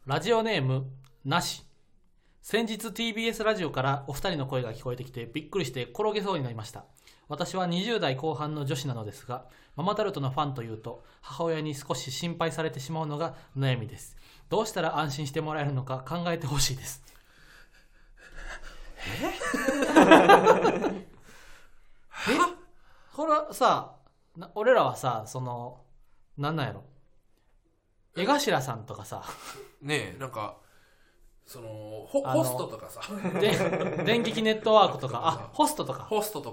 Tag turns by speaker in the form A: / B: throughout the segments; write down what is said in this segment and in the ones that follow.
A: ラジオネームなし。先日 TBS ラジオからお二人の声が聞こえてきてびっくりして転げそうになりました。私は20代後半の女子なのですが、ママタルトのファンというと母親に少し心配されてしまうのが悩みです。どうしたら安心してもらえるのか考えてほしいです。これはさ、俺らはさ、なんなんやろ、江頭さんとかさ
B: ねえ、なんかホストとかさ
A: 電撃ネットワークとかホストとか、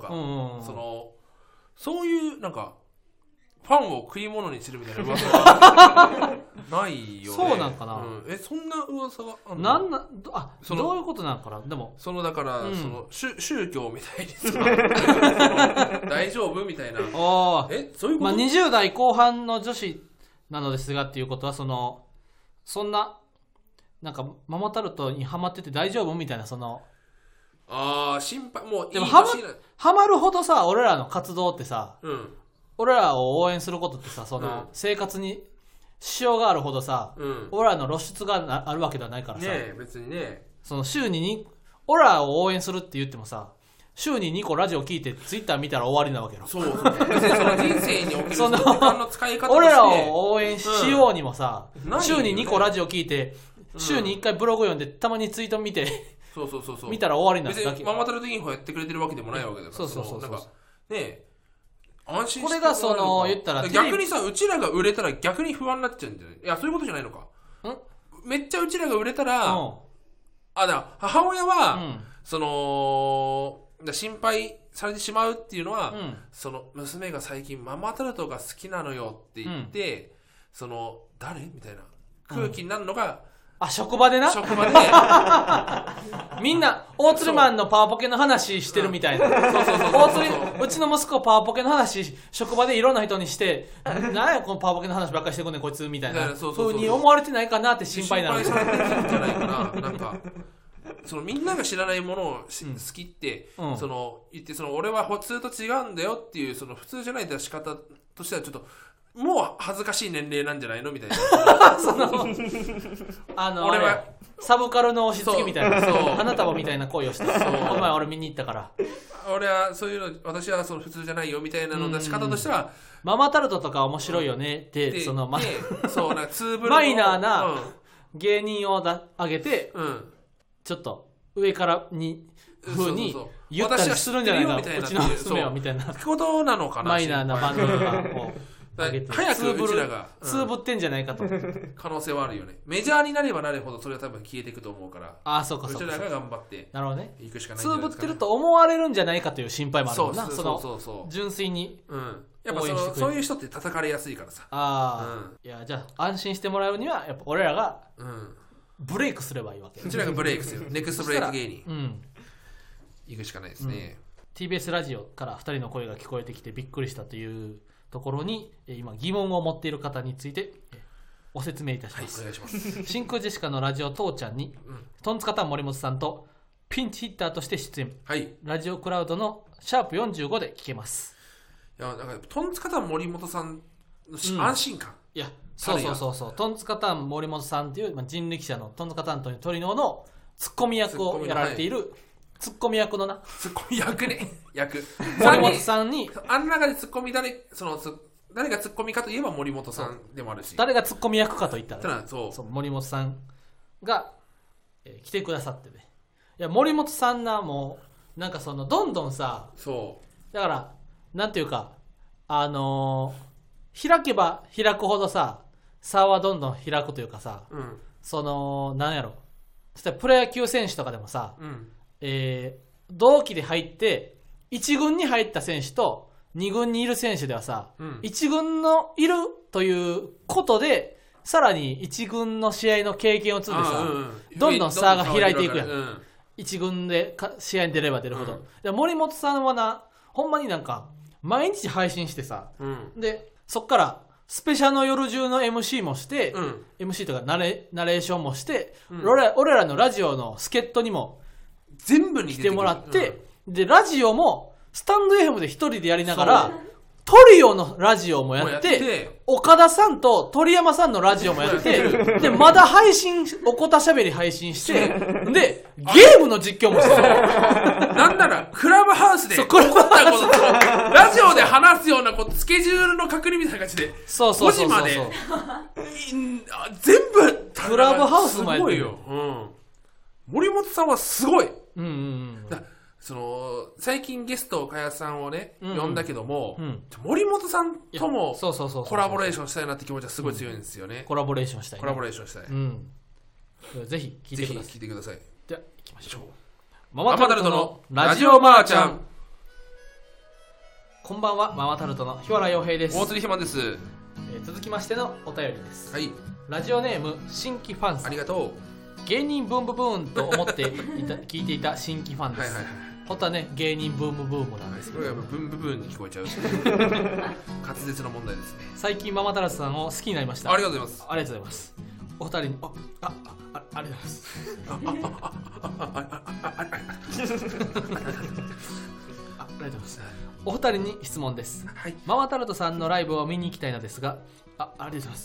B: そういうなんかファンを食い物にするみたいな噂がないよね。
A: そうなんかな、
B: そんな噂がある
A: の？どういうことなんかな。でも
B: だから、宗教みたいにさ大丈夫みたいな。そういうこと？
A: 20代後半の女子なのですがっていうことは、そんななんかママタルトにハマってて大丈夫みたいな、心
B: 配。もういい年。
A: でもハマるほどさ、俺らの活動ってさ、俺らを応援することってさ、生活に支障があるほどさ、俺らの露出があるわけではないからさ、
B: 別にね、
A: 週に俺らを応援するって言ってもさ、週に2個ラジオ聞いてツイッター見たら終わりなわけよ。
B: そう別に人生における時間の使い方として
A: 俺らを応援しようにもさ、週に2個ラジオ聞いて、週に1回ブログ読んで、たまにツイート見て見たら終わりなんだけ。
B: 別にママタルトインフォやってくれてるわけでもないわけだから。そうなんかね、安心して。
A: これが言ったら
B: 逆にさ、うちらが売れたら逆に不安になっちゃうんじゃない？いや、そういうことじゃないのか。めっちゃうちらが売れたら、母親は、心配されてしまうっていうのは、娘が最近ママタルトが好きなのよって言って、誰みたいな空気になるのが、
A: 職場でな。
B: 職場で
A: みんな大鶴マンのパワポケの話してるみたいな。うちの息子パワポケの話職場でいろんな人にして、なんやこのパワポケの話ばっかりしてくんねんこいつみたいな風に思われてないかなって心配になる。
B: 心配されてるんじゃないかな。なんかみんなが知らないものを好きって、言って俺は普通と違うんだよっていう普通じゃない出し方としてはちょっともう恥ずかしい年齢なんじゃないのみたいな。
A: 俺はサブカルの押し付けみたいな、花束みたいな恋をして、お前俺見に行ったから、
B: 俺はそういうの、私は普通じゃないよみたいなの出し方としては、
A: ママタルトとか面白いよねって、
B: なんかツーブル
A: マイナーな芸人を上げて、ちょっと上からに風に言ったりするんじゃないか、うちの娘はみたいな
B: ことなのかな。
A: マイナーなバンドとかを
B: 早くうちらが
A: ツーブってんじゃないかと。
B: 可能性はあるよね。メジャーになればなるほどそれは多分消えていくと思うから、
A: そうか
B: うちらが頑張っていくしかないんじゃないですかね。
A: ツーブってると思われるんじゃないかという心配もあるもんな。純粋に
B: やっぱそういう人って叩かれやすいからさ。
A: いや、じゃあ安心してもらうにはやっぱ俺らがブレイクすればいいわけ。
B: うちらがブレイクするネクストブレイク芸人いくしかないですね。
A: TBS ラジオから2人の声が聞こえてきてびっくりしたというところに、今疑問を持っている方についてご説明いたします。
B: お願いします。
A: 真空ジェシカのラジオ父ちゃんに、トンツカタン森本さんとピンチヒッターとして出演、ラジオクラウドのシャープ45で聞けます。
B: いや、なんかトンツカタン森本さんの安心感、
A: いや、そうトンツカタン森本さんという、人力車のトンツカタンというトリノのツッコミ役をやられている、ツッコミ役のな、
B: ツッコミ役ね、
A: 森本さんに、
B: あん中でツッコミ誰がツッコミかといえば森本さんでもあるし、
A: 誰がツッコミ役かといったら、
B: 森
A: 本さんが、来てくださってね。いや、森本さんな、もうなんかどんどんさ、だからなんていうか、開けば開くほどさ、差はどんどん開くというかさ、なんやろ、例えばプロ野球選手とかでもさ、同期で入って1軍に入った選手と2軍にいる選手ではさ、1軍のいるということでさらに1軍の試合の経験を積んでさ、どんどん差が開いていくやん。1軍で試合に出れば出るほど、森本さんはな、ほんまになんか毎日配信してさ、でそっからスペシャルの夜中の MC もして、MC とかナレーションもして、俺らのラジオの助っ人にも
B: 全部に
A: 来てもらって、でラジオもスタンド FM で一人でやりながら、 トリオのラジオもやって、岡田さんと鳥山さんのラジオもやって、で、まだ配信、おこたしゃべり配信して、で、ゲームの実況もしてる。
B: なんなら、クラブハウスで起こったことと、ラジオで話すようなこと、スケジュールの確認みたいな感じで、5時まで、全部、
A: クラブハウスもやってる。
B: すごいよ。森本さんはすごい。最近ゲストかやさんをね、呼んだけども、森本さんともコラボレーションしたいなって気持ちはすごい強いんですよね。
A: コラボレーションしたい、
B: コラボレーションしたい。
A: ぜひ聞いてください。
B: ぜひ聞いてください。
A: じゃあ行きましょう。
B: ママタルトのラジオマーちゃん。
A: こんばんは、ママタルトの日原洋平です。
B: 大釣りひまです。
A: 続きましてのお便りです。
B: はい。
A: ラジオネーム新規ファンさん。
B: ありがと
A: う。芸人ブームブーンと思って聞いていた新規ファンです。本当はね、芸人ブームブームなんですけど、
B: これはブンブブーンに聞こえちゃう滑舌の問題ですね。
A: 最近ママタルトさんを好きになりました。
B: ありがとうございます。
A: ありがとうございます。お二人にありがとうございます。ありがとうございます。お二人に質問です。はい、ママタルトさんのライブを見に行きたいのですが、ありがとうございます。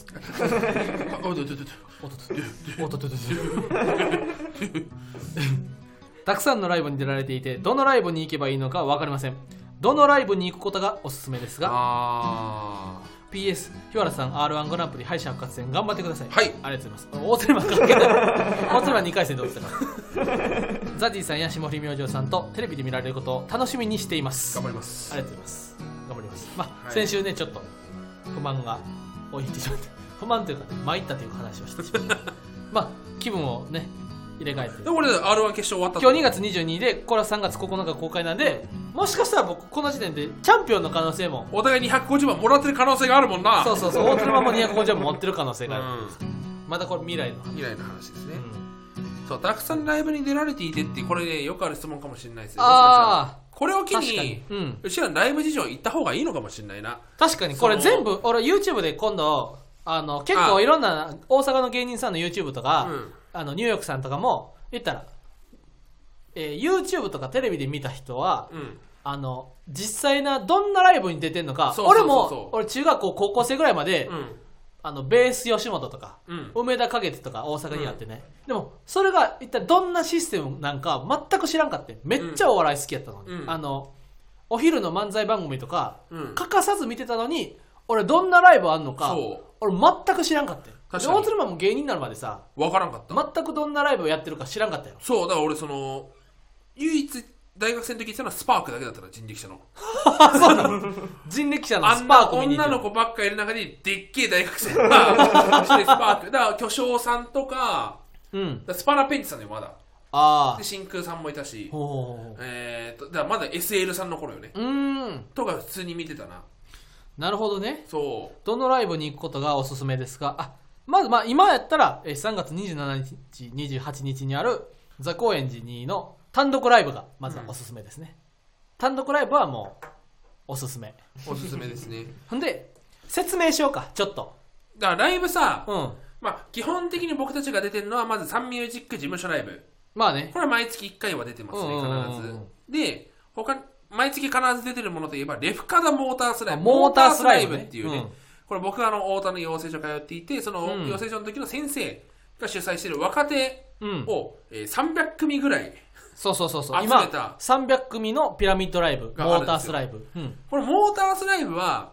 A: たくさんのライブに出られていて、どのライブに行けばいいのか分かりません。どのライブに行くことがおすすめですが、PS 日原さん R1 グランプリ敗者復活戦頑張ってください。
B: はい、
A: ありがとうございます。大鶴マン関係ない。大鶴マン2回戦で落ちたからザジーさんや霜降り明星さんとテレビで見られることを楽しみにしています。
B: 頑張ります。
A: ありがとうございます。頑張ります。先週ねちょっと不満が置いてしまって、不満というかね、参ったという話をしてしまって気分をね入れ替えて。
B: で、これで R1 決勝終わった。
A: 今日2月22日で、これは3月9日公開なんで、もしかしたら僕この時点でチャンピオンの可能性も、
B: お互い250万もらってる可能性があるもんな。
A: そう大鶴マンも250万持ってる可能性がある、まだこれ未来の
B: 話ですね。そう、たくさんライブに出られていてってこれね、よくある質問かもしれないですよ。これを機にうちらライブ事情行った方がいいのかもしれないな。
A: 確かにこれ全部俺 YouTube で今度結構いろんな大阪の芸人さんの YouTube とか、ニューヨークさんとかも言ったら、YouTube とかテレビで見た人は、実際などんなライブに出てんのか、俺中学校高校生ぐらいまで、ベース吉本とか、梅田花月とか大阪にあってね、でもそれが一体どんなシステムなんか全く知らんかって、めっちゃお笑い好きやったのに、お昼の漫才番組とか、欠かさず見てたのに、俺どんなライブあんのか俺全く知らんかったよ。大鶴マンも芸人になるまでさ、
B: 分からんかった。
A: 全くどんなライブをやってるか知らんかったよ。
B: そうだから俺唯一大学生の時言ってたのはスパークだけだったら、人力車の
A: そうなの。人力車のスパーク見に行って、
B: 女の子ばっかいる中にでっけえ大学生がしてスパークだから巨匠さんとか、スパナペンチさんでまだで真空さんもいたし、だからまだ SL さんの頃よねとか普通に見てたな。
A: なるほどね。
B: そう、
A: どのライブに行くことがおすすめですか。まず今やったら3月27日28日にあるザ・高円寺2の単独ライブがまずはおすすめですね、単独ライブはもうおすすめ
B: ですね。
A: ほんで説明しようかちょっと。
B: だからライブさ、基本的に僕たちが出てるのはまずサンミュージック事務所ライブ。これは毎月1回は出てますね、必ず。で毎月必ず出てるものといえばレフカダモータースライブ。モータースライブっていうね、これ僕は太田の養成所通っていて、その養成所の時の先生が主催している若手を300組ぐらい
A: そう今300組のピラミッドライブ、モータースライブ、
B: このモータースライブは、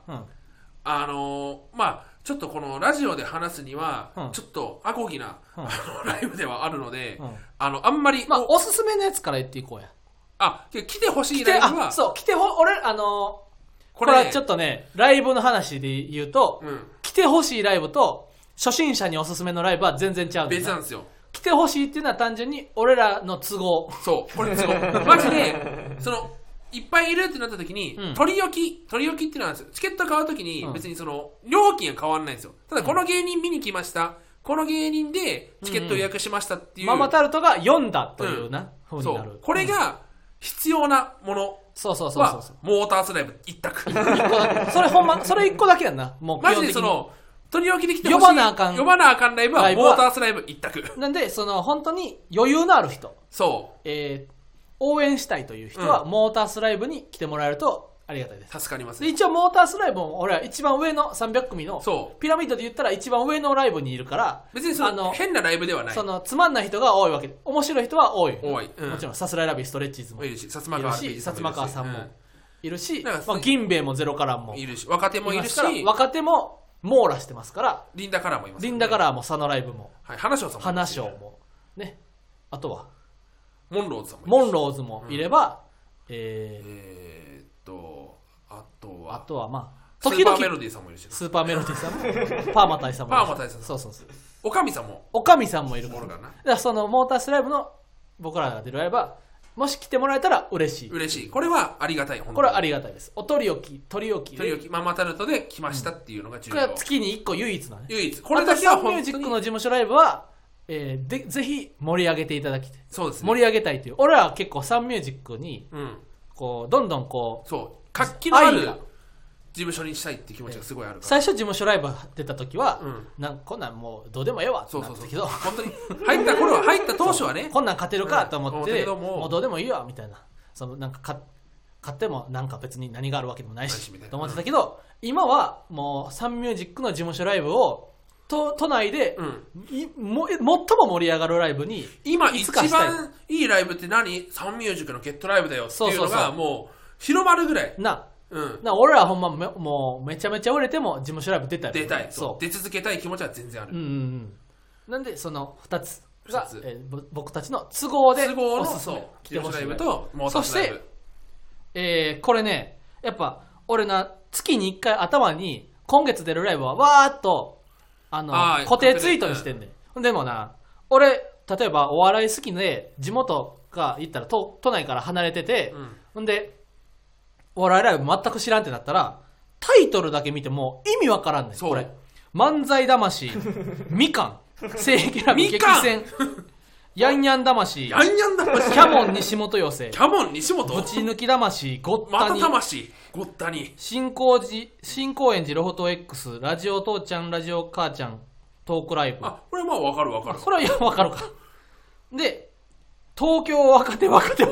B: ちょっとこのラジオで話すには、ちょっとアコギな、ライブではあるので、あんまり、
A: おすすめのやつから言っていこうや。
B: 来てほしいライブは、
A: 俺これはちょっとね、ライブの話で言うと、来てほしいライブと初心者におすすめのライブは全然違う。
B: 別なんですよ。
A: 来てほしいっていうのは単純に俺らの都合。
B: そう、これ都合。マジでいっぱいいるってなった時に、取り置きっていうのはなんですよ。チケット買う時に別に料金は変わらないんですよ。ただこの芸人見に来ました、この芸人でチケット予約しましたっていう、
A: ママタルトが読んだというな、風になる。
B: これが必要なものはモータースライブ一択。
A: それ一個だけやんな。もう
B: マジで取り置きできてほしい、読まなあかんライブはモータースライブ一択
A: なんで、本当に余裕のある人、
B: そう、
A: 応援したいという人は、モータースライブに来てもらえるとありがたいです。
B: 助かります。
A: で一応モータースライブも俺は一番上の300組のピラミッドで言ったら一番上のライブにいるから、
B: 別にその変なライブではない。
A: そのつまんない人が多いわけで、面白い人は多い。
B: 多い、
A: もちろんさすらいラビーストレッチーズもいるし、薩摩川さんもいるし、銀兵衛もゼロカラーも
B: いるし、若手もいるし、
A: 若手も網羅してますから、
B: リンダカラーもいます、
A: リンダカラーも佐野ライブも、
B: 花賞さんも、
A: 花賞もね、あとは
B: モンローズさんも、
A: モンローズもいれば、あとはまあ
B: スーパーメロディーさんもいるし、
A: スーパーメロディーさんもパーマ大佐もいるし、
B: パーマ大佐、
A: そうそうそう、
B: おかみさんも、
A: おかみさんもいるから、
B: だ
A: からそのモータースライブの僕らが出るライブはもし来てもらえたら嬉しい。
B: 嬉しい。これはありがたい。
A: これはありがたいです。お取り置き
B: ママタルトで来ましたっていうのが重要。
A: これは月に1個唯一なね。
B: 唯一。これだけは
A: ミュージックの事務所ライブは、ぜひ盛り上げていただきたい。
B: そうですね。
A: 盛り上げたいという。俺は結構サンミュージックに、こうどんどんこう、
B: そう活気のある事務所にしたいっていう気持ちがすごいあるから。
A: 最初事務所ライブ出た時は、こんなんもうどうでもええわってなったけど、
B: 本当に入った当初はね、
A: こんなん勝てるかと思って、もうどうでもいいわみたいな。そのなんか勝ってもなんか別に何があるわけでもないしと思ってたけど、今はもうサンミュージックの事務所ライブを都内で、最も盛り上がるライブに
B: 今一番いいライブって何？サンミュージックのゲットライブだよっていうのがもう広まるぐらい
A: 俺らほんまもうめちゃめちゃ売れても事務所ライブ出たい、
B: 出続けたい気持ちは全然ある。
A: なんでその2つが、僕たちの都合で
B: おすすめ来てほしいライブとモータースライブ。
A: そして、これねやっぱ俺な月に1回頭に今月出るライブはわーっと固定ツイートにしてんねん。でもな俺例えばお笑い好きで地元が言ったら都内から離れてて、ほんでお笑いライブ全く知らんってなったらタイトルだけ見ても意味わからんねん。これ漫才魂みかん正義ラビ激戦ヤンヤン魂キャモン西本寄せぶち抜き魂ごったに新高円寺ロフト X ラジオ父ちゃんラジオ母ちゃんトークライブ。
B: これまあ分かる
A: これは分かるか。で東京若手東京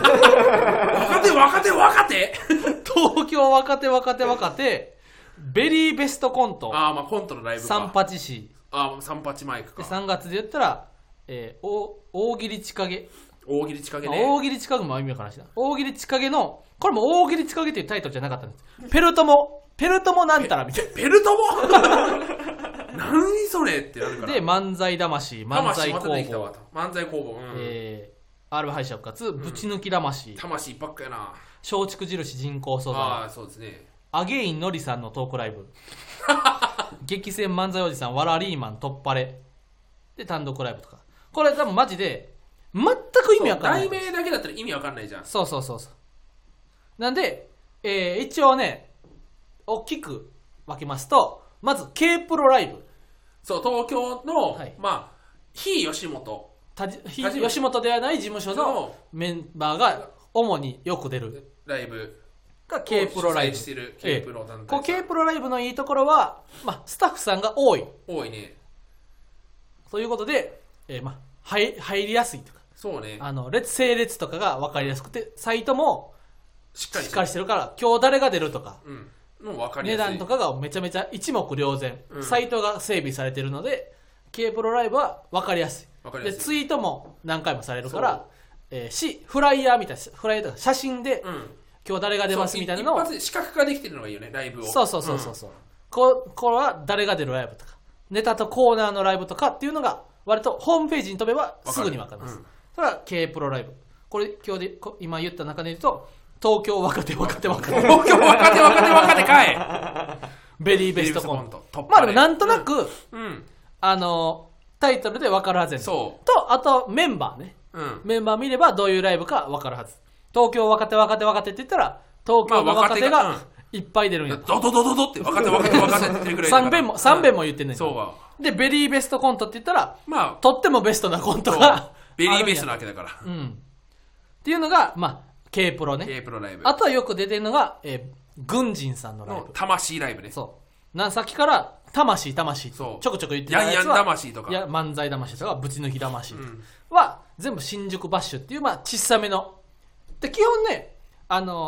A: 若手ベリーベストコント。
B: まあコントのライブか。
A: 三八市。
B: 三八マイクか。
A: 3月で言ったら、大喜利千景。
B: 大喜利千景ね。
A: 大喜利千景も意味わからんしな。大喜利千景の、これも大喜利千景というタイトルじゃなかったんです。ペルトモなんたらみたいな。
B: ペルトモ何それってなるから。
A: で、漫才魂、漫才工房。R 敗者復活、ぶち抜き魂。
B: 魂ばっかやな。
A: 松竹印人工素材。
B: そうですね。
A: アゲインのりさんのトークライブ。激戦漫才おじさんわらリーマン突破れで単独ライブとか、これ多分マジで全く意味わかんない。
B: 題名だけだったら意味わかんないじゃん。
A: そうなんで、一応ね大きく分けますと、まず K プロライブ。
B: そう東京の、まあ非吉本
A: 吉本ではない事務所のメンバーが主によく出る
B: ライブ
A: が K プロライブ。
B: してる K プロ団体。
A: K プロライブのいいところは、スタッフさんが多い
B: ね。
A: ということで、入りやすいとか、
B: そうね。
A: 整列とかが分かりやすくて、サイトもしっかりしてるから、今日誰が出るとか、
B: もう分かりやすい。
A: 値段とかがめちゃめちゃ一目瞭然、サイトが整備されてるので K プロライブは分かりやすい。でツイートも何回もされるから、フライヤーみたいなフライヤーとか写真で、今日誰が出ますみたいなのを
B: 一発で視覚化できてるのがいいよね、ライブを。
A: そうこれは誰が出るライブとかネタとコーナーのライブとかっていうのが割とホームページに飛べばすぐに分かります。それは K プロライブ。これ今日で今言った中で言うと東京若手東京若手かいベリーベストコント。でもなんとなく、タイトルで分かるはずやねん。とあとメンバーね、メンバー見ればどういうライブか分かるはず。東京若手って言ったら東京の若手がいっぱい出るんや。
B: ドドドドドって若手って言ってるぐらい。
A: 3遍も言ってんねん。でベリーベストコントって言ったら、とってもベストなコントが
B: ベリーベストなわけだから。
A: っていうのがK プロね。
B: K プロライブ。
A: あとはよく出てるのが軍人さんのライブ。
B: 魂ライブね。
A: さっきから魂ちょくちょく言ってたやつは
B: ヤンヤン魂とか
A: 漫才魂とかぶち抜き魂は全部新宿バッシュっていう小さめので、基本ね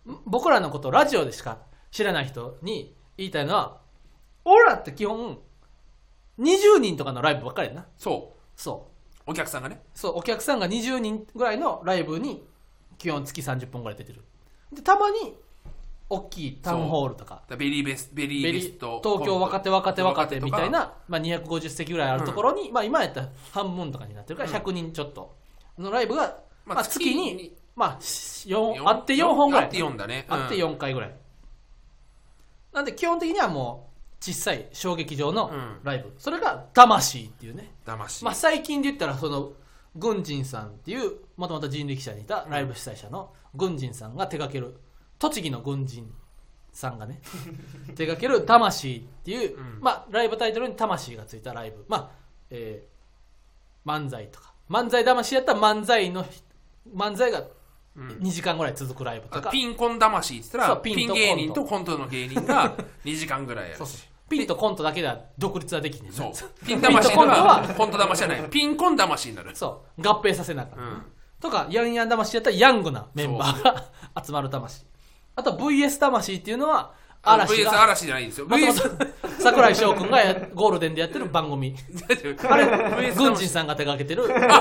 A: 僕らのことをラジオでしか知らない人に言いたいのは、俺らって基本20人とかのライブばっかりやな。そう
B: お客さんがね、
A: そうお客さんが20人ぐらいのライブに基本月30本ぐらい出てる。でたまに大きいタウンホールとか
B: ベリーベスト
A: 東京若手みたいな、まあ、250席ぐらいあるところに、まあ、今やったら半分とかになってるから100人ちょっとのライブが、まあ、月に、まあ、あって4本ぐらい
B: あって4だね、
A: あって4回ぐらいなんで基本的にはもう小さい小劇場のライブ、それが魂っていうね。まあ、最近で言ったらその軍人さんっていうもともと人力車にいたライブ主催者の軍人さんが手掛ける、栃木の軍人さんがね手掛ける魂っていう、まあ、ライブタイトルに魂がついたライブ、まあ漫才とか漫才魂やったら漫才が2時間ぐらい続くライブとか、
B: ピンコン魂って言ったらピン芸人とコントの芸人が2時間ぐらいやるし
A: ピンとコントだけでは独立はできねえ。
B: そうピン魂はコント魂じゃない、ピンコン魂になる。
A: そう合併させなあかん、とかヤンヤン魂やったらヤングなメンバーが集まる魂。あと VS 魂っていうのは
B: VS 嵐じゃないんですよ。
A: 櫻井翔くんがゴールデンでやってる番組あれ軍人さんが手掛けてる。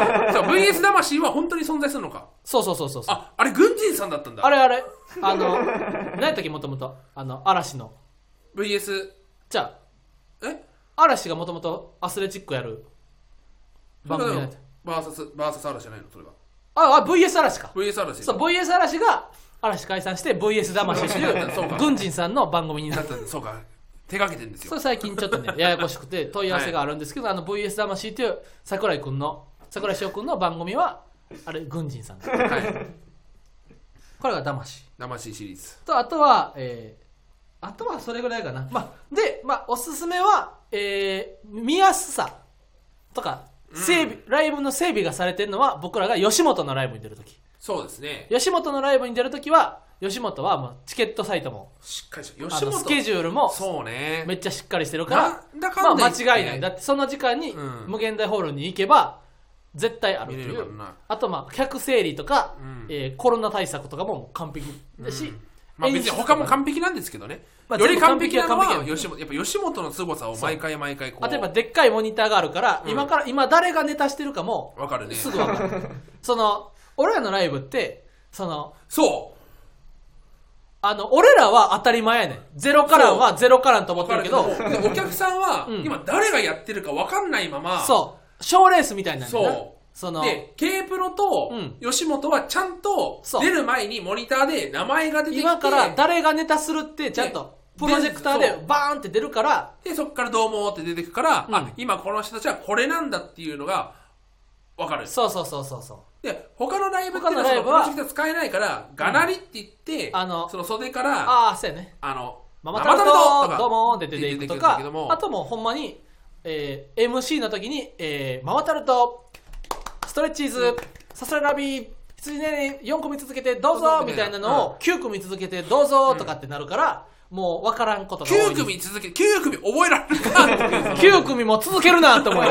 B: VS 魂は本当に存在するのか。
A: そう
B: あれ軍人さんだったんだ。
A: あれ何やったっけ、もともと嵐の
B: VS
A: じゃあ嵐がもともとアスレチックやる番組やって
B: バーサス嵐じゃないのそれが。
A: VS 嵐か。
B: VS 嵐。
A: そう VS 嵐が嵐解散して VS 魂っていう軍人さんの番組になった。
B: そうか手掛けてるんですよ。
A: それ最近ちょっとねややこしくて問い合わせがあるんですけど、VS 魂っていう櫻井翔くんの番組はあれ軍人さんです、はい、これが魂
B: シリーズ
A: と、あとはそれぐらいかな。おすすめは、見やすさとかライブの整備がされてるのは、僕らが吉本のライブに出るとき。
B: そうですね。
A: 吉本のライブに出るときは、吉本はもうチケットサイトも
B: しっかりして
A: スケジュールもめっちゃしっかりしてるから、間違いない。だってその時間に無限大ホールに行けば絶対あるっていう。あと客整理とか、コロナ対策とかも完璧だし、
B: 別に他も完璧なんですけどね、より完璧なのは吉本の凄さを毎回こう。
A: 例えばでっかいモニターがあるから、今誰がネタしてるかも
B: 分かるね。
A: すぐ分かる俺らのライブって俺らは当たり前やねん。ゼロカランはゼロカランと思ってるけど、
B: お客さんは今誰がやってるか分かんないまま、
A: 賞レースみたいなんだよな。
B: で K プロと吉本はちゃんと出る前にモニターで名前が出てきて、
A: 今から誰がネタするってちゃんとプロジェクターでバーンって出るから、
B: でそっからどうもって出てくから、今この人たちはこれなんだっていうのが分かる。
A: そう
B: で他のライブっていうのはプロジェクター使えないから、がなりって言ってその袖から
A: そうやね、ママ
B: タル
A: ト
B: と
A: どうもって出ていくとか、あともうほんまにMC の時にママタルトストレッチーズさすらいラビー羊ね4組続けてどうぞみたいなのを9組続けてどうぞとかってなるから、もう分からんことが多い。
B: 9組続けて9組覚えられるか
A: 9組も続けるなと思うよ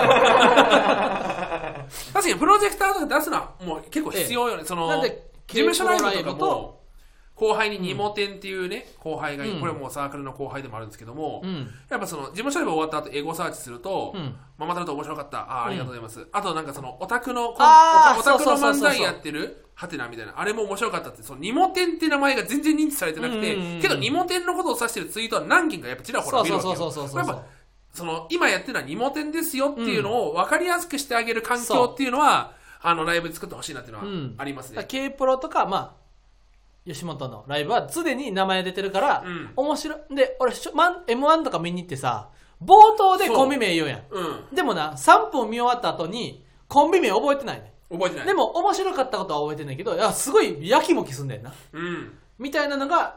B: 確かにプロジェクターとか出すのはもう結構必要よね。なんで事務所ライブとかも後輩にニモテンっていうね、後輩がこれもサークルの後輩でもあるんですけども、やっぱ事務所ライブ終わった後エゴサーチすると、ママタルト面白かった、ありがとうございます、あとなんかオタクの漫才やってるハテナみたいな、あれも面白かったって、ニモテンって名前が全然認知されてなくて、けどニモテンのことを指してるツイートは何件かやっぱちらほら見るわけよ。やっぱ今やってるのはニモテンですよっていうのを分かりやすくしてあげる環境っていうのは、ライブで作ってほしいなっていうのはありますね。
A: K プロとか吉本のライブは常に名前出てるから、面白い。で俺 M1 とか見に行ってさ、冒頭でコンビ名言うやん、でもな3分見終わった後にコンビ名覚えてないね。でも面白かったことは覚えてないけど、すごいやきもきすんだよな、みたいなのが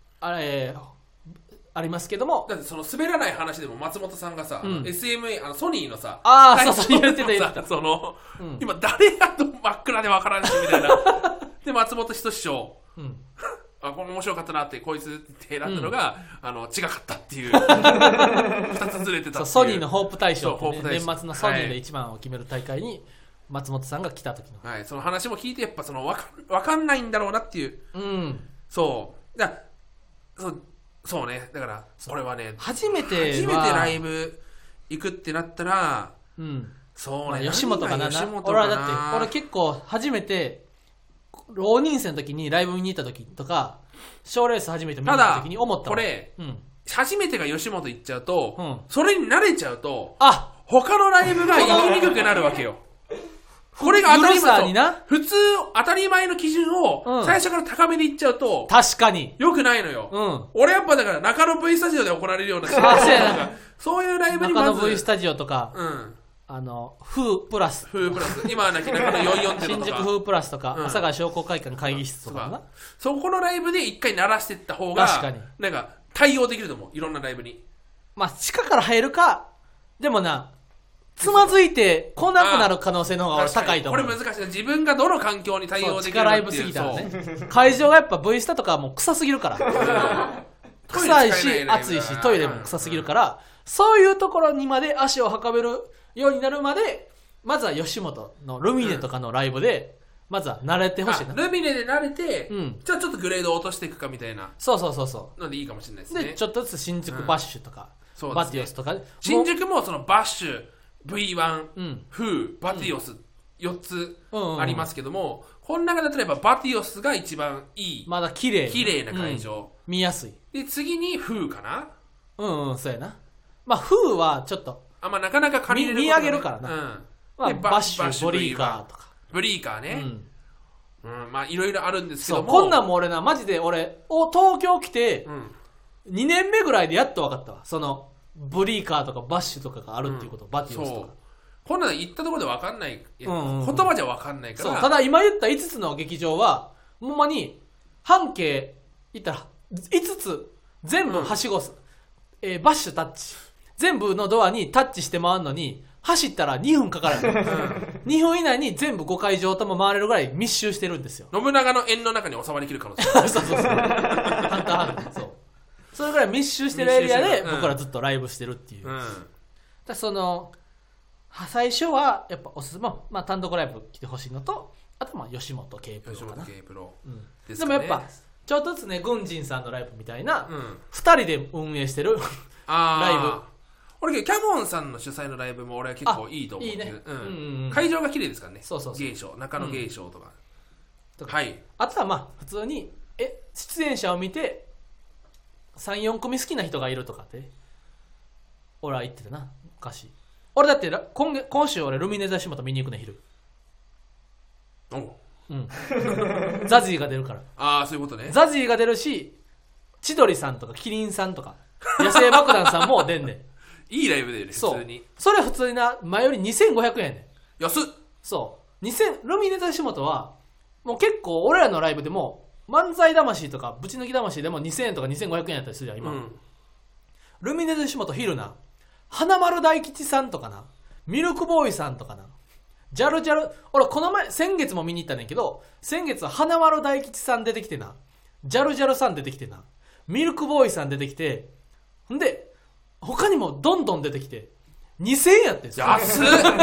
A: ありますけども。
B: だって滑らない話でも松本さんがさ、SMA ソニーのさ、
A: 言ってた
B: 今誰やと真っ暗で分からんしみたいなで松本人志師匠、これ面白かったなってこいつって選んだのが、違かったっていう2つずれてたっていう。
A: ソニーのホープ大賞って、年末のソニーで一番を決める大会に松本さんが来た時の、
B: その話も聞いて、やっぱ分かんないんだろうなっていう、 だそうね。だから俺はね
A: 初めて
B: ライブ行くってなったら、そうね、
A: 吉本かな。俺はだって俺結構初めて浪人生の時にライブ見に行った時とか賞レース初めて見に行った時に思った
B: これ、初めてが吉本行っちゃうと、それに慣れちゃうと他のライブが行きにくくなるわけよ。これが当たり前普通当たり前の基準を最初から高めでいっちゃうと、
A: 確かに
B: 良くないのよ。俺やっぱだから中野 V スタジオで行われるようなそういうライブにまず
A: 中野 V スタジオとか、風プラス
B: 今は中野44って
A: 新宿風プラスとか、阿佐ヶ谷商工会館会議室とかな、
B: そこのライブで一回鳴らしていった方がなんか対応できると思う。いろんなライブに
A: 地下から入るか、でもなつまずいて来なくなる可能性の方が俺高いと思う。
B: これ難しいな。自分がどの環境に対応できるかっていう。
A: 地下ライブすぎたらね。会場がやっぱ V スタとかはもう臭すぎるから。臭いし暑いしトイレも臭すぎるから、そういうところにまで足を運べるようになるまで、まずは吉本のルミネとかのライブで、まずは慣れてほしいな。
B: ルミネで慣れて、じゃあちょっとグレードを落としていくかみたいな。
A: そう
B: なんでいいかもしれないですね。
A: でちょっとずつ新宿バッシュとか、バティオスとか、
B: 新宿もそのバッシュV1、フー、バティオス4つありますけども、この中で例えばバティオスが一番いい、
A: まだ綺麗
B: な会場、
A: 見やすい。
B: で次にフーかな。
A: そうやな。フーはちょっと
B: なかなか借りれる
A: 見上げるからな。バッシュ、ボリーカーとか。
B: ブリーカーね。いろいろあるんですけども、
A: こんなんも俺な、マジで俺東京来て2年目ぐらいでやっと分かったわ。そのブリーカーとかバッシュとかがあるっていうこと、バティオスとか。
B: こんなの言ったところで分かんない、言葉じゃ分かんないから。
A: ただ今言った5つの劇場はほんまに半径言ったら5つ全部はしごす、バッシュタッチ全部のドアにタッチして回るのに走ったら2分かかる、2分以内に全部5会場とも回れるぐらい密集してるんですよ。
B: 信長の円の中に収まりきる可能性
A: そうハンターハンター。そうそれぐらい密集してるエリアで僕らずっとライブしてるっていう、だその最初はやっぱおすすめ、単独ライブ来てほしいのと、あと吉本 K プロかな。でもやっぱちょっとずつね、軍人さんのライブみたいな、2人で運営してるライブ。
B: 俺キャモンさんの主催のライブも俺は結構いいと思う。いいね。会場が綺麗ですからね。芸商、中野芸商とか。はい。
A: あとは普通に出演者を見て 3,4 組好きな人がいるとかって俺は言ってたな昔。俺だって今週俺ルミネ座吉本見に行くね、昼。ザジーが出るから。
B: そういうことね。
A: ザジーが出るし、千鳥さんとかキリンさんとか野生爆弾さんも出んねん。
B: いいライブでね、普通に。
A: それ普通にな、前より2500円やね
B: ん。安っ。
A: ルミネ座吉本はもう結構俺らのライブでも漫才魂とかぶち抜き魂でも2000円とか2500円やったりするじゃん今、ルミネ座吉本昼な、花丸大吉さんとかな、ミルクボーイさんとかな、ジャルジャル、俺この前先月も見に行ったねんけど、先月は花丸大吉さん出てきてな、ジャルジャルさん出てきてな、ミルクボーイさん出てきて、んで他にもどんどん出てきて2000円やってんすよ。
B: 安っ。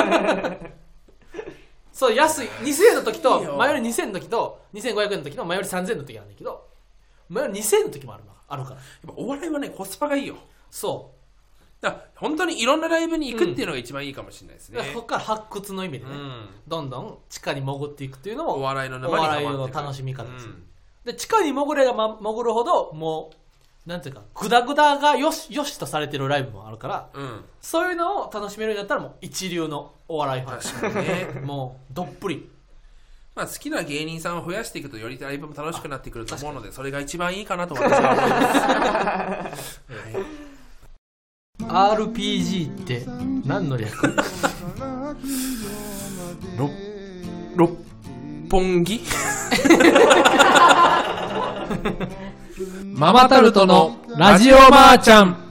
A: そう安い。2000円の時と前より2000円の時と2500円の時と前より3000円の時なんだけど、前より2000円の時もあるから。やっ
B: ぱお笑いはね、コスパがいいよ。
A: そう
B: だから本当にいろんなライブに行くっていうのが一番いいかもしれないですね。
A: そこから発掘の意味でね、どんどん地下に潜っていくっていうのも
B: お笑いの
A: 楽しみ方です、で地下に潜るほどもうなんていうかグダグダがよしとされてるライブもあるから、そういうのを楽しめるようになったらもう一流のお笑いファン。
B: 確かにね。
A: もうどっぷり。
B: 好きな芸人さんを増やしていくとよりライブも楽しくなってくると思うので、それが一番いいかなと私は思い
A: ます。RPG って何の略？
B: 六本木？
A: ママタルトのラジオマーちゃん。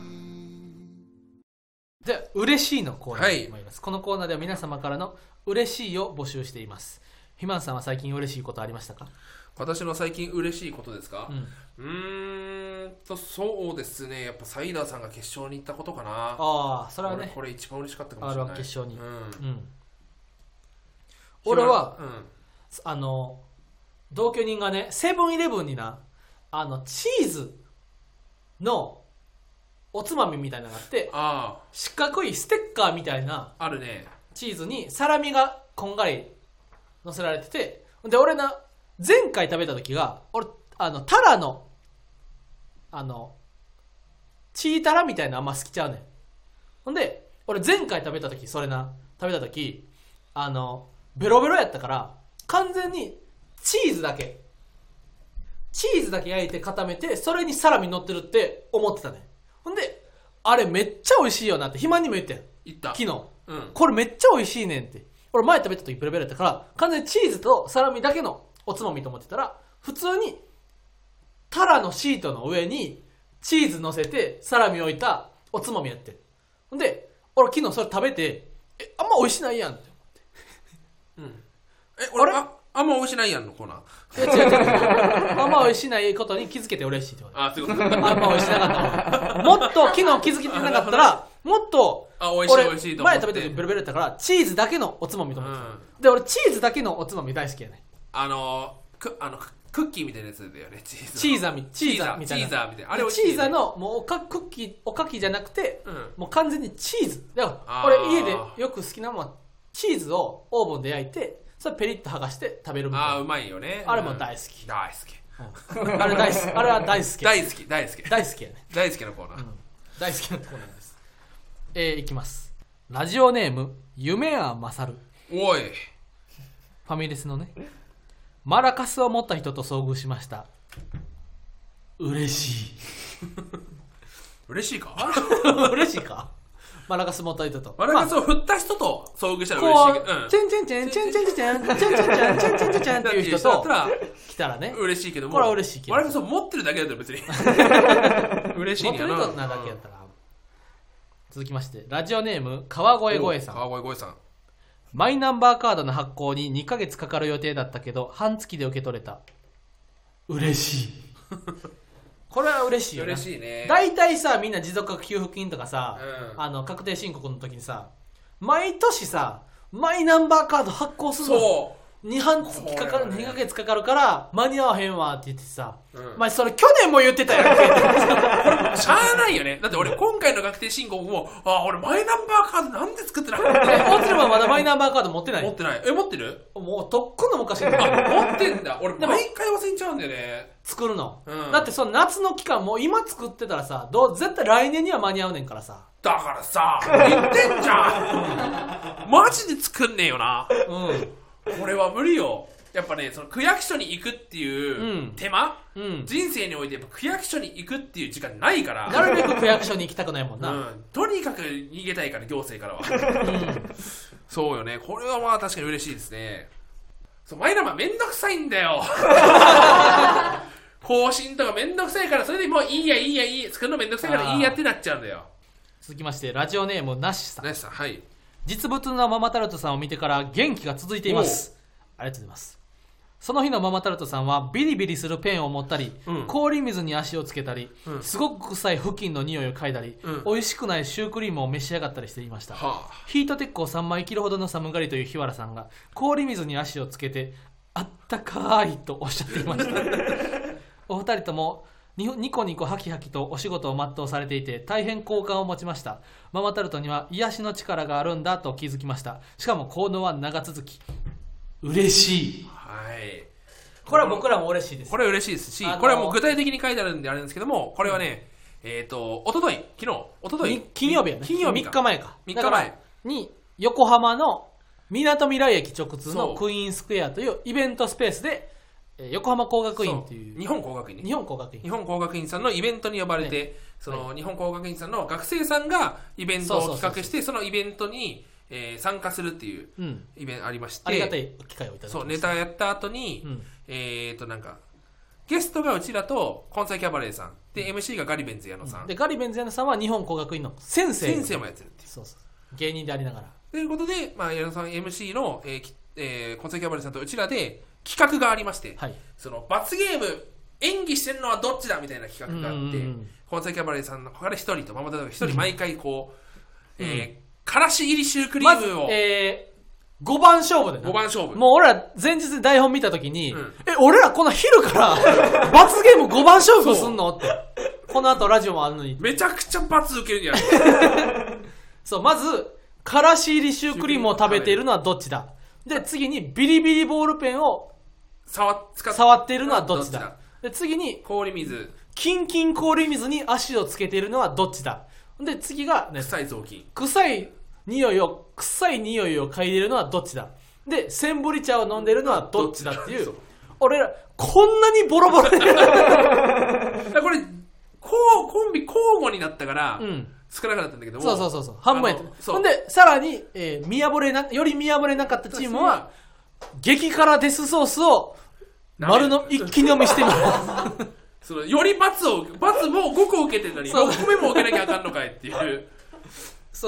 A: じゃあ嬉しいのコーナーに参ります、このコーナーでは皆様からの嬉しいを募集しています。ひまんさんは最近嬉しいことありましたか？
B: 私の最近嬉しいことですか？そうですね、やっぱサイダーさんが決勝に行ったことかな。
A: それはね、
B: これ一番嬉しかったかもしれない。
A: 決勝に、俺は、同居人がねセブンイレブンになチーズのおつまみみたいなのがあって、四角いステッカーみたいな
B: あるね。
A: チーズにサラミがこんがり乗せられてて、で俺前回食べた時が俺タラのチータラみたいなあんま好きちゃうねん。ほんで俺前回食べた時食べた時ベロベロやったから完全にチーズだけ焼いて固めてそれにサラミ乗ってるって思ってたね。ほんであれめっちゃ美味しいよなって肥満にも言ってん。昨日、これめっちゃ美味しいねんって。俺前食べた時ベロベロやったから完全にチーズとサラミだけのおつまみと思ってたら、普通にタラのシートの上にチーズ乗せてサラミ置いたおつまみやって。ほんで俺昨日それ食べてあんま美味しないやんって思って。
B: 俺あんま美味しないやんのコーナ
A: ー。違うあんま美味しないことに気づけて嬉しいってこと。
B: そういうこと。
A: あんま美味しなかったもっと昨日気づけてなかったらもっと
B: 美味しいと思って。
A: 前食べた時ベロベロやったからチーズだけのおつまみと思ってた、で俺チーズだけのおつまみ大好きやね。
B: クッキーみたいなやつだよね。チーザーみたいな。あれ
A: チーザーのもうおかきじゃなくて、もう完全にチーズだから俺家でよく好きなのはチーズをオーブンで焼いてそれペリッと剥がして食べるみたいな。
B: うまいよね。
A: あれも大好き。
B: 大好き。
A: あれ大好き。あれは大好き。
B: 大好きやね。大好きなコーナー。
A: 大好きなコーナーです。いきます。ラジオネーム夢やまさる。
B: おい。
A: ファミレスのね。マラカスを持った人と遭遇しました。嬉しい。
B: 嬉しいか
A: 嬉しいか。マラカス持った人と。
B: マラカスを振った人と遭遇したら嬉しいけど。
A: チェンチェンチェンチェンチェンチェンチェンチェンチェンチェンチェンチェンチェンチェンっていう人と来たらね。
B: 嬉しいけども。
A: これは嬉しいけど。
B: マラカスを持ってるだけだったら別に。嬉しいんやな。
A: 持ってる人なだけやったら。続きまして、ラジオネーム川越声さん。
B: 川越声さん。
A: マイナンバーカードの発行に2ヶ月かかる予定だったけど半月で受け取れた。嬉しい。これは嬉しいよね。
B: 嬉しいね。
A: 大体さみんな持続化給付金とかさ、確定申告の時にさ毎年さマイナンバーカード発行するの。そう2ヶ月かかるから間に合わへんわって言ってさ、まあそれ去年も言ってたよ。
B: しゃあないよね。だって俺今回の確定申告も俺マイナンバーカードなんで作ってなかった
A: 大鶴はまだマイナンバーカード持ってない。
B: 持ってない。持ってる？
A: もうとっくの昔に
B: 持ってんだ。俺毎回忘れちゃうんだよね。
A: 作るの、だってその夏の期間もう今作ってたらさ絶対来年には間に合うねんからさ。
B: だからさ言ってんじゃん。マジで作んねえよな。これは無理よ。やっぱねその区役所に行くっていう手間、人生においてやっぱ区役所に行くっていう時間ないから
A: なるべく区役所に行きたくないもんな、
B: とにかく逃げたいから行政からは、そうよね。これはまあ確かに嬉しいですね。そうマイナンバーめんどくさいんだよ。更新とかめんどくさいからそれでもういいや作るのめんどくさいからいいやってなっちゃうんだよ。
A: 続きましてラジオネームなしさん。
B: はい。
A: 実物のママタルトさんを見てから元気が続いています。ありがとうございます。その日のママタルトさんはビリビリするペンを持ったり、氷水に足をつけたり、すごく臭い布巾の匂いを嗅いだり、美味しくないシュークリームを召し上がったりしていました。ヒートテックを3枚切るほどの寒がりという日原さんが氷水に足をつけてあったかーいとおっしゃっていました。お二人ともニコニコハキハキとお仕事を全うされていて大変好感を持ちました。ママタルトには癒しの力があるんだと気づきました。しかも効能は長続き。嬉しい。
B: はい。
A: これは僕らも嬉しいです。
B: これは嬉しいですし、これはもう具体的に書いてあるんであれなんですけども、これはね、おととい
A: 金曜日やね。
B: 金曜日か
A: 3日前か。
B: 3日前
A: に横浜のみなとみらい駅直通のクイーンスクエアというイベントスペースで横浜工学院という
B: 日本工学院
A: 日本工学院
B: さんのイベントに呼ばれて、その日本工学院さんの学生さんがイベントを企画して、そのイベントに参加するっていうイベントありまして、
A: ありがたい機会をいただきました。
B: そうネタやった後に、なんかゲストがうちらとコンサイキャバレーさんで、MC がガリベンズ矢野さん、
A: でガリベンズ矢野さんは日本工学院の先生
B: もやってるっていう、
A: そう芸人でありながら
B: ということで、矢野さん MC の、コンサイキャバレーさんとうちらで企画がありまして、その罰ゲーム演技してるのはどっちだみたいな企画があって、コンサイキャバレーさんの中から1人とママタルトが1人毎回こう、からし入りシュークリームを、
A: 5番勝負でな。
B: 5番勝負。
A: もう俺ら前日に台本見たときに、俺らこの昼から罰ゲーム5番勝負すんのって。この後ラジオもあるのに。
B: めちゃくちゃ罰受けるんやん。
A: そう、まず、からし入りシュークリームを食べているのはどっちだ。で、次にビリビリボールペンを触っているのはどっちだ。で、次に、
B: 氷水。
A: キンキン氷水に足をつけているのはどっちだ。で、次が、ね、
B: 臭い雑巾。
A: 臭い匂いを嗅いでいるのはどっちだ。で、センブリ茶を飲んでいるのはどっちだっていう。俺ら、こんなにボロボロで。これ、
B: コンビ交互になったから、少なくなったんだけども。
A: そう。半分やった。ほんで、さらに、より見破れなかったチームは、激辛デスソースを、丸の一気飲みしてみる。
B: より罰も5個受けてるのに、6個目も受けなきゃあかんのかいっていう。
A: そう。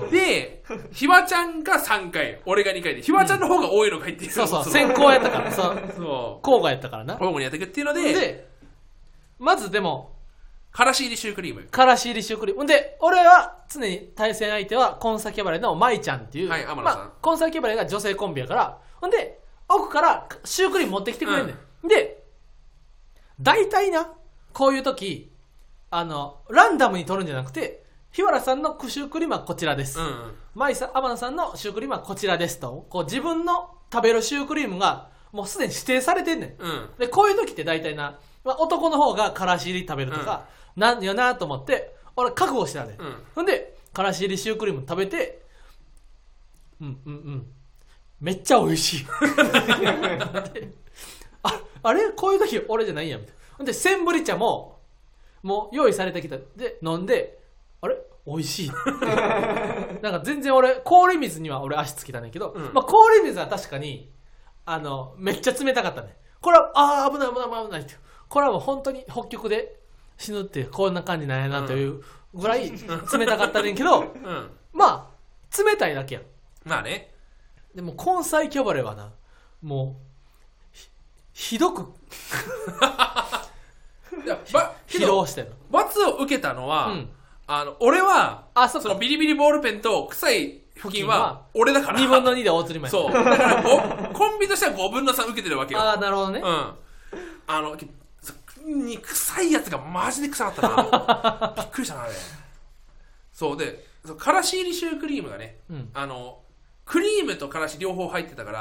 B: で、ひわちゃんが3回、俺が2回で、ひわちゃんの方が多いのかいっていう。
A: そう、先行やったから、そう。交互やったからな。
B: 交互にやっていくっていうので、
A: まずでも、
B: からし入りシュークリーム。
A: からし入りシュークリーム。で、俺は常に対戦相手はコンサキャバレーの舞ちゃんっていう、
B: はい、天野さん。
A: コンサキャバレーが女性コンビやから、ほんで、奥からシュークリーム持ってきてくれんねん。で、大体な、こういう時、ランダムに取るんじゃなくて、日原さんのシュークリームはこちらです。天野さんのシュークリームはこちらですと。こう自分の食べるシュークリームがもうすでに指定されてんねん。で、こういう時って大体な、男の方がからし入り食べるとか、なんやなと思って、俺覚悟してたね。ほんで、からし入りシュークリーム食べて、めっちゃ美味しい。あれこういう時俺じゃないやんみたいな。ほんで、センブリ茶もう用意されてきた。で、飲んで、あれ美味しい。なんか全然氷水には俺足つけたねんけど、氷水は確かに、めっちゃ冷たかったね。これは、危ないって。これはもう本当に北極で死ぬってこんな感じなんやなというぐらい冷たかったねんけど、まあ、冷たいだけやん。
B: まあね。
A: でも、根菜キャバレーはな、もう、ひどく、疲労してる。
B: 罰を受けたのは、俺は、そのビリビリボールペンと臭い付近は俺だから。
A: 2分の2で大釣り前。
B: そう。だからコンビとしては5分の3受けてるわけよ。
A: なるほどね。
B: 臭いやつがマジで臭かったな。びっくりしたな、あれ。そうで、からし入りシュークリームがね、クリームとからし両方入ってたから、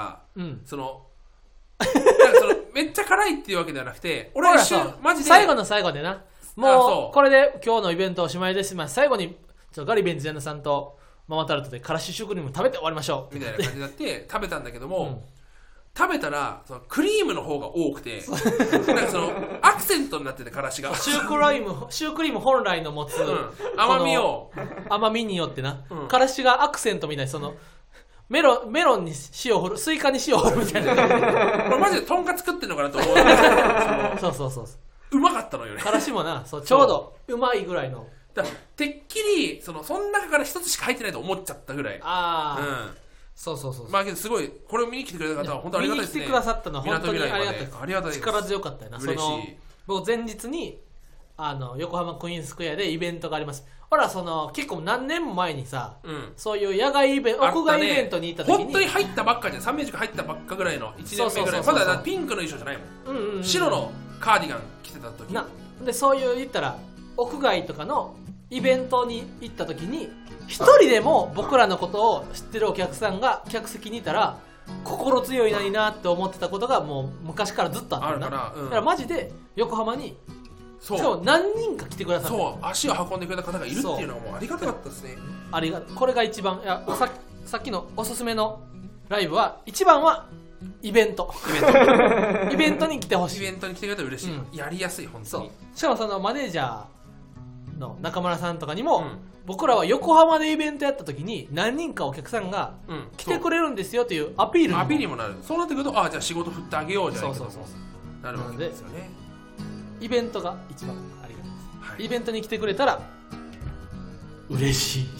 B: めっちゃ辛いっていうわけではなくて、俺は一瞬マジで
A: 最後の最後でな、もうこれで今日のイベントおしまいです。最後にガリベンズ矢野さんとママタルトでからしシュークリーム食べて終わりましょう
B: みたいな感じになって食べたんだけども、食べたらクリームの方が多くて、なんかアクセントになってて、からしが
A: シュークリーム本来の持つ、甘みによってな、からしがアクセントみたいな、メロンに塩を振る、スイカに塩を振るみたいな。
B: これマジでトンカツ作ってんのかなと思う。
A: そう。
B: うまかったのよね。
A: からしもな、ちょうどうまいぐらいの。
B: てっきりその中から一つしか入ってないと思っちゃったぐらい。そう。まあけどすごい、これを見に来てくれた方は本当ありがたいですね。
A: 見に来てくださったのは本当にありがたいです。
B: ありがたいです。
A: 力強かったよな。
B: 嬉しい。
A: 僕前日に横浜クイーンスクエアでイベントがあります。ほら結構何年も前にさ、そういう野外イベント、屋外イベントに行った時に
B: 本当に入ったばっかじゃん。3名塾入ったばっかぐらいの1年目ぐらい。まだピンクの衣装じゃないもん。白のカーディガン着てた時
A: で、そういう言ったら屋外とかのイベントに行った時に一人でも僕らのことを知ってるお客さんが客席にいたら心強いなになって思ってたことがもう昔からずっとあったんだ。だからマジで横浜に今日何人か来てくださって、
B: 足を運んでくれた方がいるっていうのはもうありがたかったですね。
A: これが一番、さっきのおすすめのライブは一番はイベントイベントに来てほしい。
B: イベントに来てくれたら嬉しい、やりやすい。本当に。
A: しかもマネージャーの中村さんとかにも、僕らは横浜でイベントやった時に何人かお客さんが来てくれるんですよというアピール
B: にもなる。そうなってくると、じゃあ仕事振ってあげようじゃないけどなるわけですよね。
A: イベントが一番ありがたいです、イベントに来てくれたら嬉しい。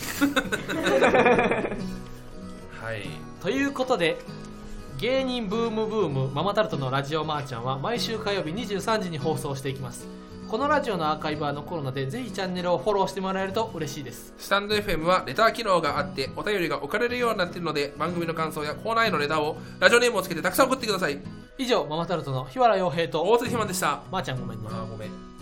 A: ということで、芸人ブームブームママタルトのラジオマーちゃんは毎週火曜日23時に放送していきます。 このラジオのアーカイブは残るのでぜひチャンネルをフォローしてもらえると嬉しいです。
B: スタンド FM はレター機能があってお便りが置かれるようになっているので、番組の感想やコーナーへのレターをラジオネームをつけてたくさん送ってください。
A: 以上ママタルトの日原洋平と
B: 大津ひまんでした。
A: まーちゃんごめんね。
B: ごめん。